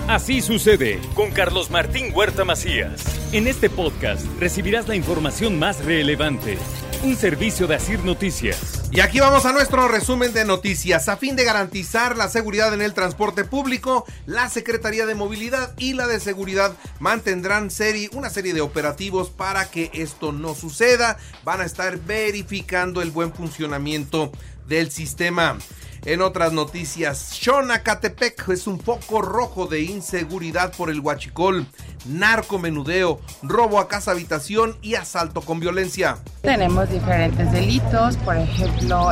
Así sucede con Carlos Martín Huerta Macías. En este podcast recibirás la información más relevante. Un servicio de Asir Noticias. Y aquí vamos a nuestro resumen de noticias. A fin de garantizar la seguridad en el transporte público, la Secretaría de Movilidad y la de Seguridad mantendrán una serie de operativos para que esto no suceda. Van a estar verificando el buen funcionamiento del sistema. En otras noticias, Xonacatepec es un foco rojo de inseguridad por el huachicol, narcomenudeo, robo a casa habitación y asalto con violencia. Tenemos diferentes delitos, por ejemplo,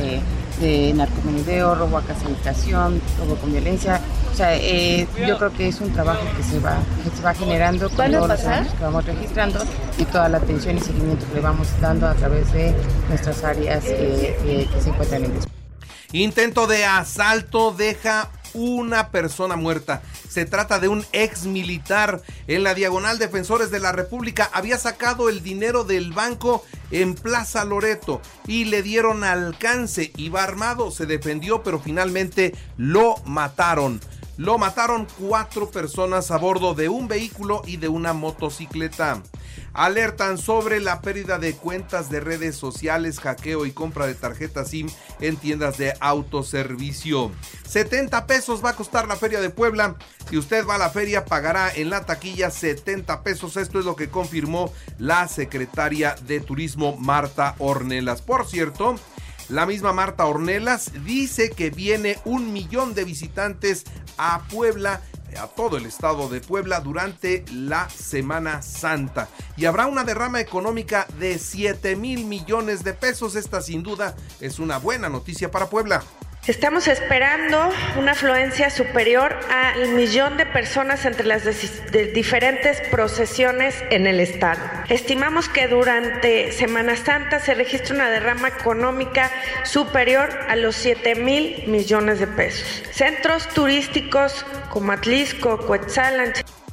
de narcomenudeo, robo a casa habitación, robo con violencia. O sea, yo creo que es un trabajo que se va generando con todos los años que vamos registrando y toda la atención y seguimiento que le vamos dando a través de nuestras áreas que se encuentran en desarrollo. Intento de asalto deja una persona muerta. Se trata de un ex militar. En la Diagonal Defensores de la República había sacado el dinero del banco en Plaza Loreto y le dieron alcance. Iba armado, se defendió, pero finalmente lo mataron. Lo mataron 4 personas a bordo de un vehículo y de una motocicleta. Alertan sobre la pérdida de cuentas de redes sociales, hackeo y compra de tarjetas SIM en tiendas de autoservicio. 70 pesos va a costar la Feria de Puebla. Si usted va a la feria, pagará en la taquilla 70 pesos. Esto es lo que confirmó la secretaria de Turismo, Marta Ornelas. Por cierto, la misma Marta Ornelas dice que viene 1 millón de visitantes a Puebla, a todo el estado de Puebla durante la Semana Santa. Y habrá una derrama económica de 7,000 millones de pesos. Esta sin duda es una buena noticia para Puebla. Estamos esperando una afluencia superior al 1,000,000 de personas entre las diferentes procesiones en el estado. Estimamos que durante Semana Santa se registra una derrama económica superior a los 7,000 millones de pesos. Centros turísticos como Atlisco, Cuetzalan.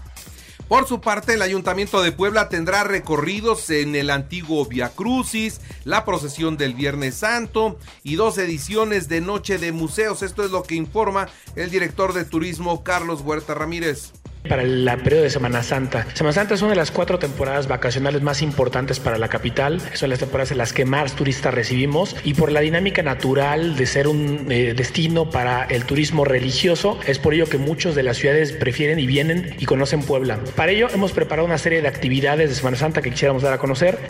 Por su parte, el Ayuntamiento de Puebla tendrá recorridos en el antiguo Vía Crucis, la procesión del Viernes Santo y 2 ediciones de Noche de Museos. Esto es lo que informa el director de turismo, Carlos Huerta Ramírez. Para el periodo de Semana Santa. Semana Santa es una de las 4 temporadas vacacionales más importantes para la capital. Son las temporadas en las que más turistas recibimos y por la dinámica natural de ser un destino para el turismo religioso, es por ello que muchos de las ciudades prefieren y vienen y conocen Puebla. Para ello hemos preparado una serie de actividades de Semana Santa que quisiéramos dar a conocer.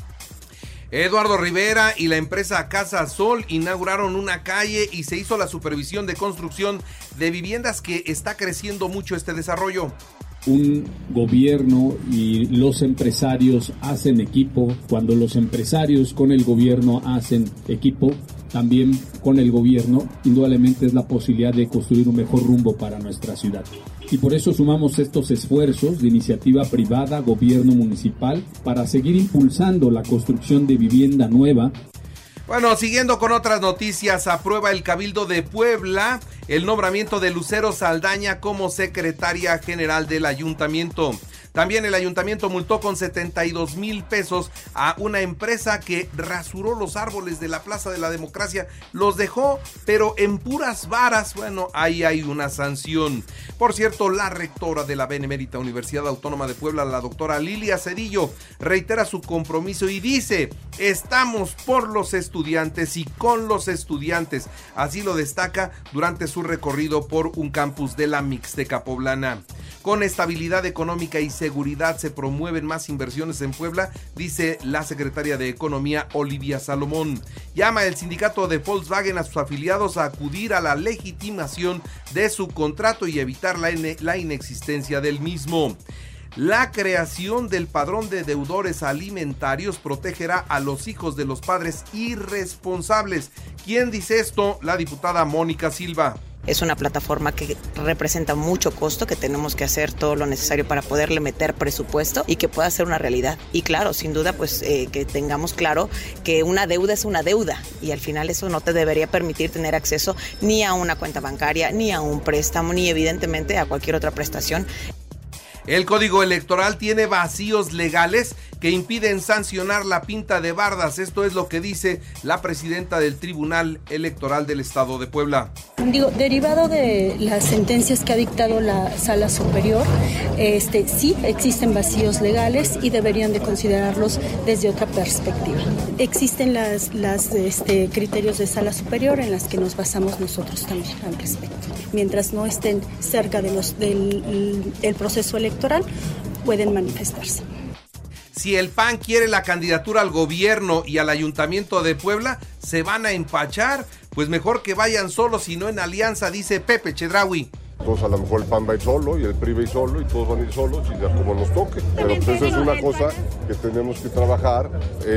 Eduardo Rivera y la empresa Casa Sol inauguraron una calle y se hizo la supervisión de construcción de viviendas, que está creciendo mucho este desarrollo. Un gobierno y los empresarios hacen equipo. Cuando los empresarios con el gobierno hacen equipo, también con el gobierno, indudablemente es la posibilidad de construir un mejor rumbo para nuestra ciudad. Y por eso sumamos estos esfuerzos de iniciativa privada, gobierno municipal, para seguir impulsando la construcción de vivienda nueva. Bueno, siguiendo con otras noticias, aprueba el Cabildo de Puebla el nombramiento de Lucero Saldaña como secretaria general del ayuntamiento. También el ayuntamiento multó con 72,000 pesos a una empresa que rasuró los árboles de la Plaza de la Democracia. Los dejó, pero en puras varas. Bueno, ahí hay una sanción. Por cierto, la rectora de la Benemérita Universidad Autónoma de Puebla, la doctora Lilia Cedillo, reitera su compromiso y dice: estamos por los estudiantes y con los estudiantes. Así lo destaca durante su recorrido por un campus de la Mixteca poblana. Con estabilidad económica y seguridad se promueven más inversiones en Puebla, dice la secretaria de Economía, Olivia Salomón. Llama el sindicato de Volkswagen a sus afiliados a acudir a la legitimación de su contrato y evitar la inexistencia del mismo. La creación del padrón de deudores alimentarios protegerá a los hijos de los padres irresponsables. ¿Quién dice esto? La diputada Mónica Silva. Es una plataforma que representa mucho costo, que tenemos que hacer todo lo necesario para poderle meter presupuesto y que pueda ser una realidad. Y claro, sin duda, pues que tengamos claro que una deuda es una deuda y al final eso no te debería permitir tener acceso ni a una cuenta bancaria, ni a un préstamo, ni evidentemente a cualquier otra prestación. El Código Electoral tiene vacíos legales que impiden sancionar la pinta de bardas. Esto es lo que dice la presidenta del Tribunal Electoral del Estado de Puebla. Derivado de las sentencias que ha dictado la Sala Superior, sí existen vacíos legales y deberían de considerarlos desde otra perspectiva. Existen las criterios de Sala Superior en las que nos basamos nosotros también al respecto. Mientras no estén cerca del proceso electoral, pueden manifestarse. Si el PAN quiere la candidatura al gobierno y al ayuntamiento de Puebla, se van a empachar. Pues mejor que vayan solos y no en alianza, dice Pepe Chedraui. Entonces a lo mejor el PAN va a ir solo y el PRI va a ir solo y todos van a ir solos y ya como nos toque. Pero pues esa es una cosa que tenemos que trabajar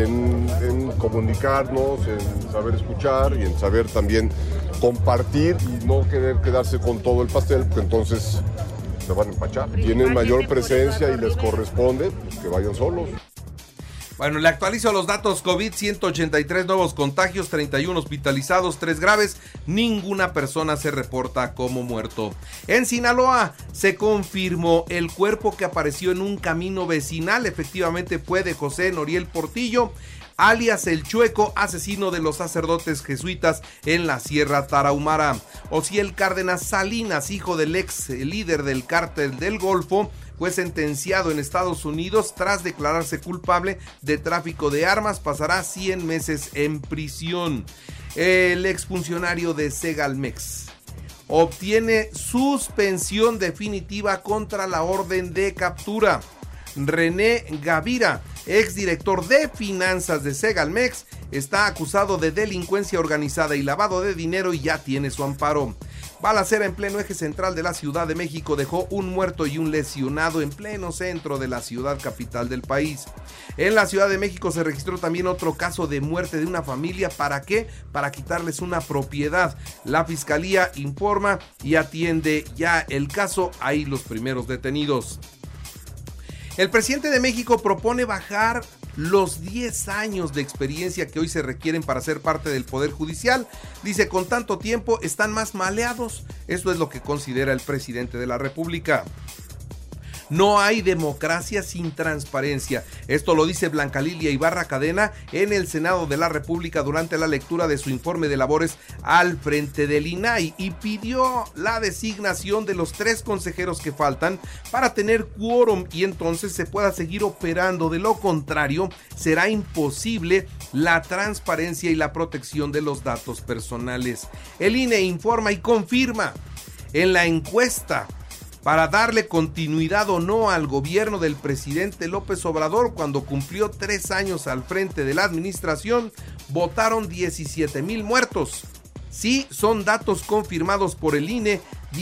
en comunicarnos, en saber escuchar y en saber también compartir y no querer quedarse con todo el pastel, porque entonces se van a empachar. Tienen mayor presencia y les corresponde pues, que vayan solos. Bueno, le actualizo los datos COVID, 183 nuevos contagios, 31 hospitalizados, 3 graves, ninguna persona se reporta como muerto. En Sinaloa se confirmó el cuerpo que apareció en un camino vecinal, efectivamente fue de José Noriel Portillo, alias El Chueco, asesino de los sacerdotes jesuitas en la Sierra Tarahumara. Osiel Cárdenas Salinas, hijo del ex líder del cártel del Golfo, fue sentenciado en Estados Unidos tras declararse culpable de tráfico de armas, pasará 100 meses en prisión. El exfuncionario de Segalmex obtiene suspensión definitiva contra la orden de captura. René Gavira, exdirector de finanzas de Segalmex, está acusado de delincuencia organizada y lavado de dinero y ya tiene su amparo. Balacera en pleno eje central de la Ciudad de México dejó un muerto y un lesionado en pleno centro de la ciudad capital del país. En la Ciudad de México se registró también otro caso de muerte de una familia. ¿Para qué? Para quitarles una propiedad. La fiscalía informa y atiende ya el caso. Ahí los primeros detenidos. El presidente de México propone bajar los 10 años de experiencia que hoy se requieren para ser parte del Poder Judicial. Dice, con tanto tiempo están más maleados. Esto es lo que considera el presidente de la República. No hay democracia sin transparencia. Esto lo dice Blanca Lilia Ibarra Cadena en el Senado de la República durante la lectura de su informe de labores al frente del INAI y pidió la designación de los 3 consejeros que faltan para tener quórum y entonces se pueda seguir operando. De lo contrario, será imposible la transparencia y la protección de los datos personales. El INE informa y confirma en la encuesta para darle continuidad o no al gobierno del presidente López Obrador cuando cumplió 3 años al frente de la administración, votaron 17,000 muertos. Sí, son datos confirmados por el INE,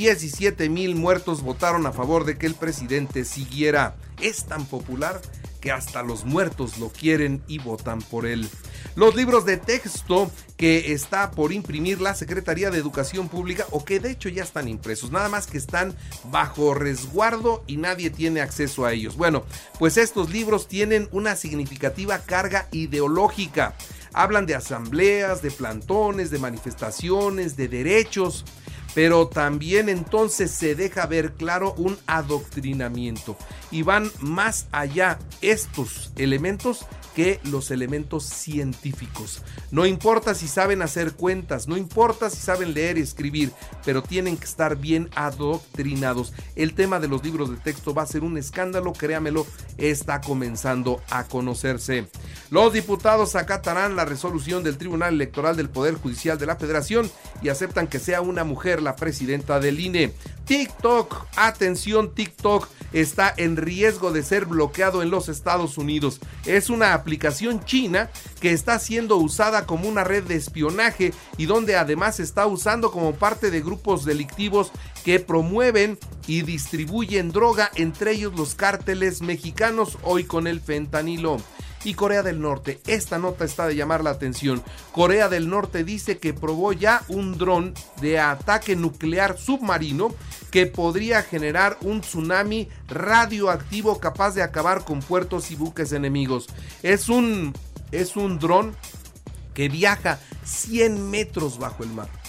17,000 muertos votaron a favor de que el presidente siguiera. Es tan popular que hasta los muertos lo quieren y votan por él. Los libros de texto que está por imprimir la Secretaría de Educación Pública, o que de hecho ya están impresos, nada más que están bajo resguardo y nadie tiene acceso a ellos. Bueno, pues estos libros tienen una significativa carga ideológica. Hablan de asambleas, de plantones, de manifestaciones, de derechos, pero también entonces se deja ver claro un adoctrinamiento y van más allá estos elementos que los elementos científicos. No importa si saben hacer cuentas, no importa si saben leer y escribir, pero tienen que estar bien adoctrinados. El tema de los libros de texto va a ser un escándalo, créamelo, está comenzando a conocerse. Los diputados acatarán la resolución del Tribunal Electoral del Poder Judicial de la Federación y aceptan que sea una mujer la presidenta del INE. TikTok, atención, TikTok está en riesgo de ser bloqueado en los Estados Unidos. Es una aplicación china que está siendo usada como una red de espionaje y donde además se está usando como parte de grupos delictivos que promueven y distribuyen droga, entre ellos los cárteles mexicanos, hoy con el fentanilo. Y Corea del Norte, esta nota está de llamar la atención. Corea del Norte dice que probó ya un dron de ataque nuclear submarino que podría generar un tsunami radioactivo capaz de acabar con puertos y buques enemigos. Es un dron que viaja 100 metros bajo el mar.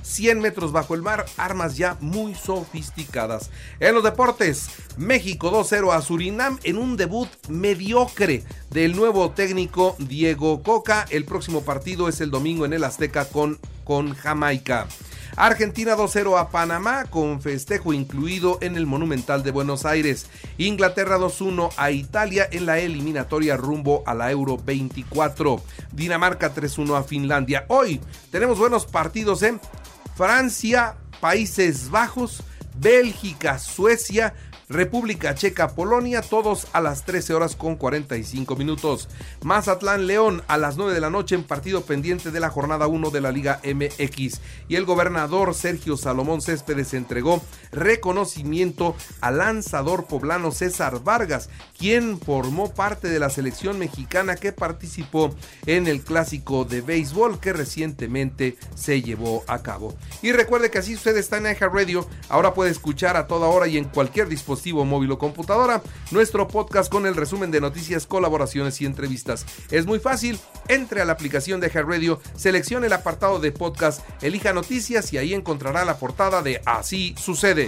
100 metros bajo el mar, armas ya muy sofisticadas. En los deportes, México 2-0 a Surinam en un debut mediocre del nuevo técnico Diego Coca. El próximo partido es el domingo en el Azteca con Jamaica. Argentina 2-0 a Panamá con festejo incluido en el Monumental de Buenos Aires. Inglaterra 2-1 a Italia en la eliminatoria rumbo a la Euro 24. Dinamarca 3-1 a Finlandia. Hoy tenemos buenos partidos en Francia, Países Bajos, Bélgica, Suecia, República Checa, Polonia, todos a las 13:45. Mazatlán, León a las 9 de la noche en partido pendiente de la jornada 1 de la Liga MX. Y el gobernador Sergio Salomón Céspedes entregó reconocimiento al lanzador poblano César Vargas, quien formó parte de la selección mexicana que participó en el clásico de béisbol que recientemente se llevó a cabo. Y recuerde que así usted está en iHeartRadio, ahora puede escuchar a toda hora y en cualquier dispositivo móvil o computadora nuestro podcast con el resumen de noticias, colaboraciones y entrevistas. Es muy fácil, entre a la aplicación de iHeartRadio, seleccione el apartado de podcast, elija noticias y ahí encontrará la portada de Así Sucede.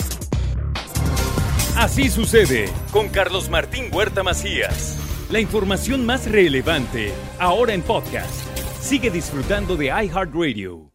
Así sucede con Carlos Martín Huerta Macías. La información más relevante ahora en podcast. Sigue disfrutando de iHeartRadio.